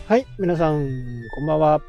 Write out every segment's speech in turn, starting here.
はい、皆さん、こんばんは。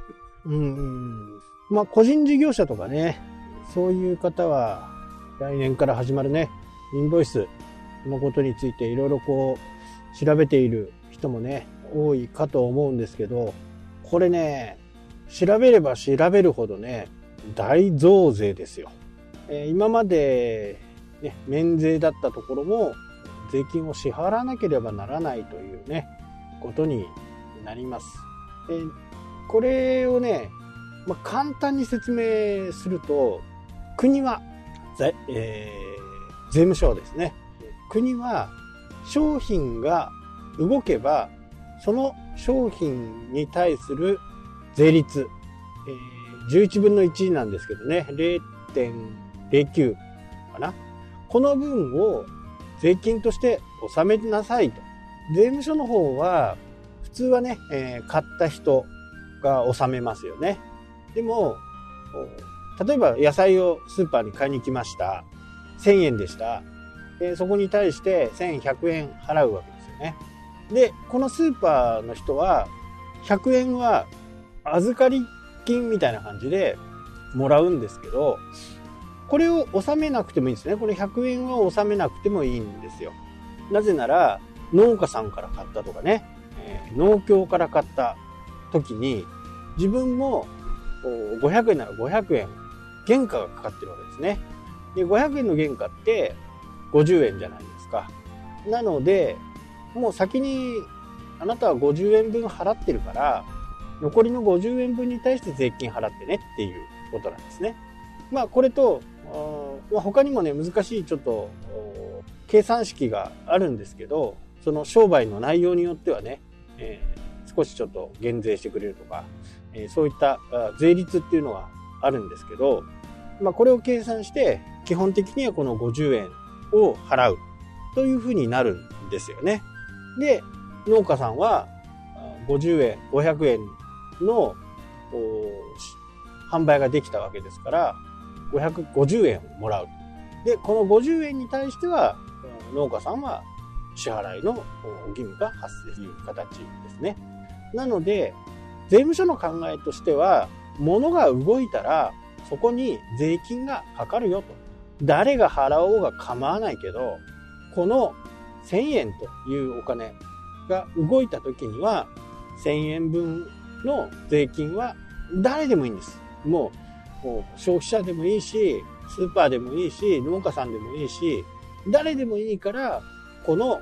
個人事業者とかね、そういう方は、来年から始まるね、インボイスのことについていろいろ調べている人もね、多いかと思うんですけど、これね、調べれば調べるほどね、大増税ですよ。今まで、ね、免税だったところも、税金を支払わなければならないというね、ことになります。これをね、簡単に説明すると、国は、税務署ですね。国は商品が動けば、その商品に対する税率、11分の1なんですけどね、0.09 かな。この分を税金として納めなさいと。税務署の方は、普通はね、買った人が納めますよね。でも、例えば野菜をスーパーに買いに来ました。1000円でした。そこに対して1100円払うわけですよね。で、このスーパーの人は、100円は預かり金みたいな感じでもらうんですけど、これを納めなくてもいいんですね。これ100円は納めなくてもいいんですよ。なぜなら、農家さんから買ったとかね、農協から買った時に、自分も500円なら500円原価がかかってるわけですね。で、500円の原価って50円じゃないですか。なので、もう先にあなたは50円分払ってるから、残りの50円分に対して税金払ってねっていうことなんですね。これと、他にもね、難しいちょっと計算式があるんですけど、その商売の内容によってはね、少しちょっと減税してくれるとか、そういった税率っていうのがあるんですけど、これを計算して基本的にはこの50円を払うというふうになるんですよね。で、農家さんは50円、500円の販売ができたわけですから、550円をもらう。で、この50円に対しては農家さんは支払いの義務が発生という形ですね。なので、税務署の考えとしては、物が動いたらそこに税金がかかるよと。誰が払おうが構わないけど、この1000円というお金が動いた時には、1000円分の税金は誰でもいいんです。もう消費者でもいいし、スーパーでもいいし、農家さんでもいいし、誰でもいいから、この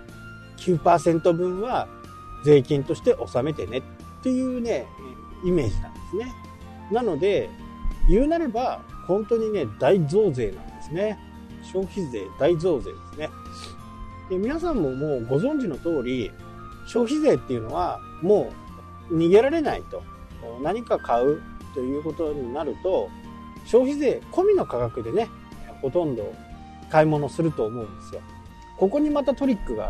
9% 分は税金として納めてねっていうね、イメージなんですね。なので、言うなれば、本当にね、大増税なんですね。消費税大増税ですね。で、皆さんももうご存知の通り、消費税っていうのはもう逃げられないと。何か買うということになると、消費税込みの価格でね、ほとんど買い物すると思うんですよ。ここにまたトリックがあって、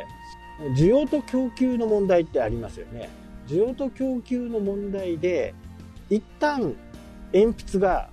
需要と供給の問題ってありますよね。需要と供給の問題で、一旦鉛筆が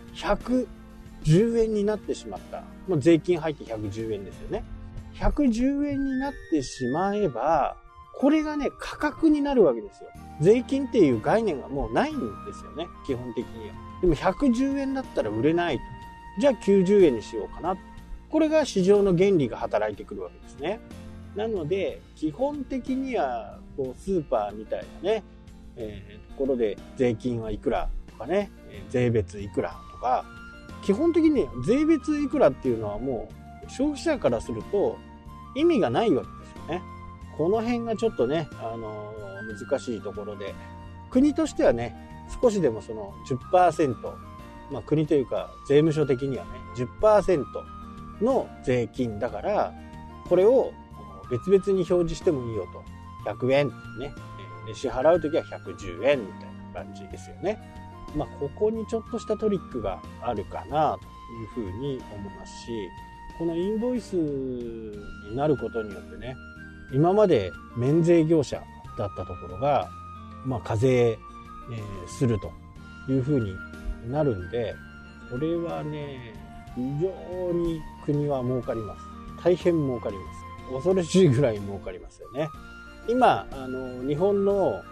110円になってしまった。税金入って110円ですよね。110円になってしまえば、これがね、価格になるわけですよ。税金っていう概念がもうないんですよね、基本的には。でも110円だったら売れないと。じゃあ90円にしようかな。これが市場の原理が働いてくるわけですね。なので、基本的には、スーパーみたいなね、ところで税金はいくらとかね、税別いくらとか、基本的に税別いくらっていうのはもう消費者からすると意味がないわけですよね。この辺がちょっとね、難しいところで、国としてはね、少しでもその 10%、国というか税務署的にはね、10% の税金だから、これを別々に表示してもいいよと。100円ってね。支払うときは110円みたいな感じですよね。ここにちょっとしたトリックがあるかなというふうに思いますし、このインボイスになることによってね、今まで免税業者だったところが、課税するというふうになるんで、これはね、非常に国は儲かります。大変儲かります。恐ろしいぐらい儲かりますよね。今、日本の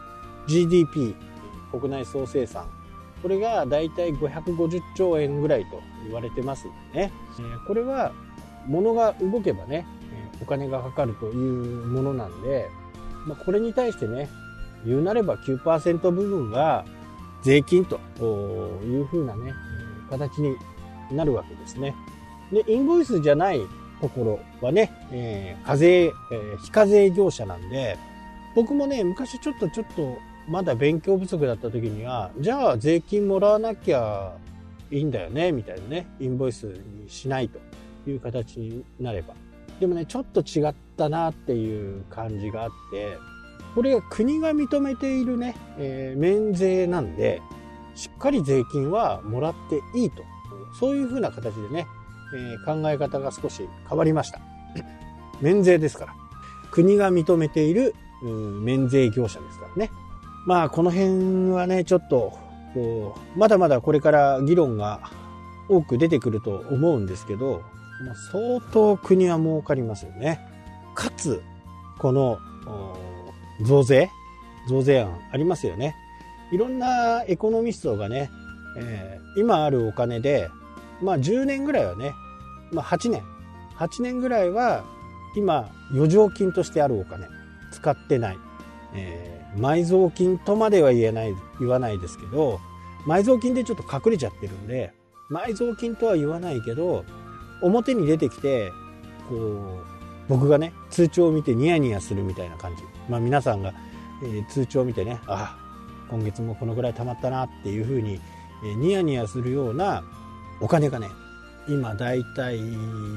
GDP、国内総生産、これがだいたい550兆円ぐらいと言われてますんでね。これは物が動けばね、お金がかかるというものなんで、これに対してね、言うなれば 9% 部分が税金というふうなね、形になるわけですね。で、インボイスじゃないところはね、非課税業者なんで、僕もね、昔ちょっとまだ勉強不足だった時には、じゃあ税金もらわなきゃいいんだよね、みたいなね、インボイスにしないという形になれば。でもね、ちょっと違ったなっていう感じがあって、これが国が認めているね、免税なんで、しっかり税金はもらっていいと。そういうふうな形でね、考え方が少し変わりました。免税ですから。国が認めている免税業者ですからね。この辺はね、ちょっと、まだまだこれから議論が多く出てくると思うんですけど、相当国は儲かりますよね。かつ、この増税案ありますよね。いろんなエコノミストがね、今あるお金で、10年ぐらいはね、8年ぐらいは今余剰金としてあるお金使ってない、埋蔵金とまでは言わないですけど、埋蔵金でちょっと隠れちゃってるんで、埋蔵金とは言わないけど、表に出てきて僕がね通帳を見てニヤニヤするみたいな感じ。皆さんが、通帳を見てね、今月もこのぐらい貯まったなっていう風に、ニヤニヤするようなお金がね、今だいたい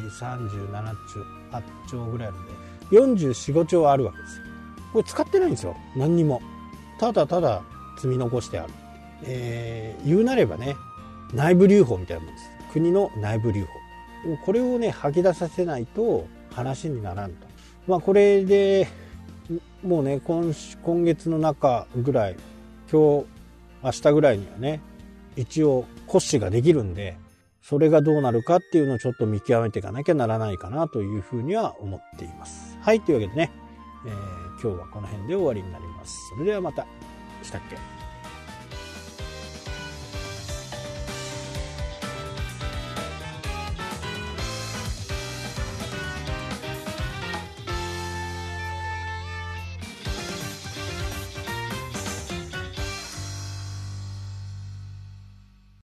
37兆ぐらいあるんで、44、5兆あるわけですよ。これ使ってないんですよ。何にも。ただ積み残してある。言うなればね、内部留保みたいなもんです。国の内部留保。これをね、吐き出させないと話にならんと。これで、もうね、今月の中ぐらい、明日ぐらいにはね、一応骨子ができるんで、それがどうなるかっていうのをちょっと見極めていかなきゃならないかなというふうには思っています。はい、というわけでね、今日はこの辺で終わりになります。それではまた。したっけ。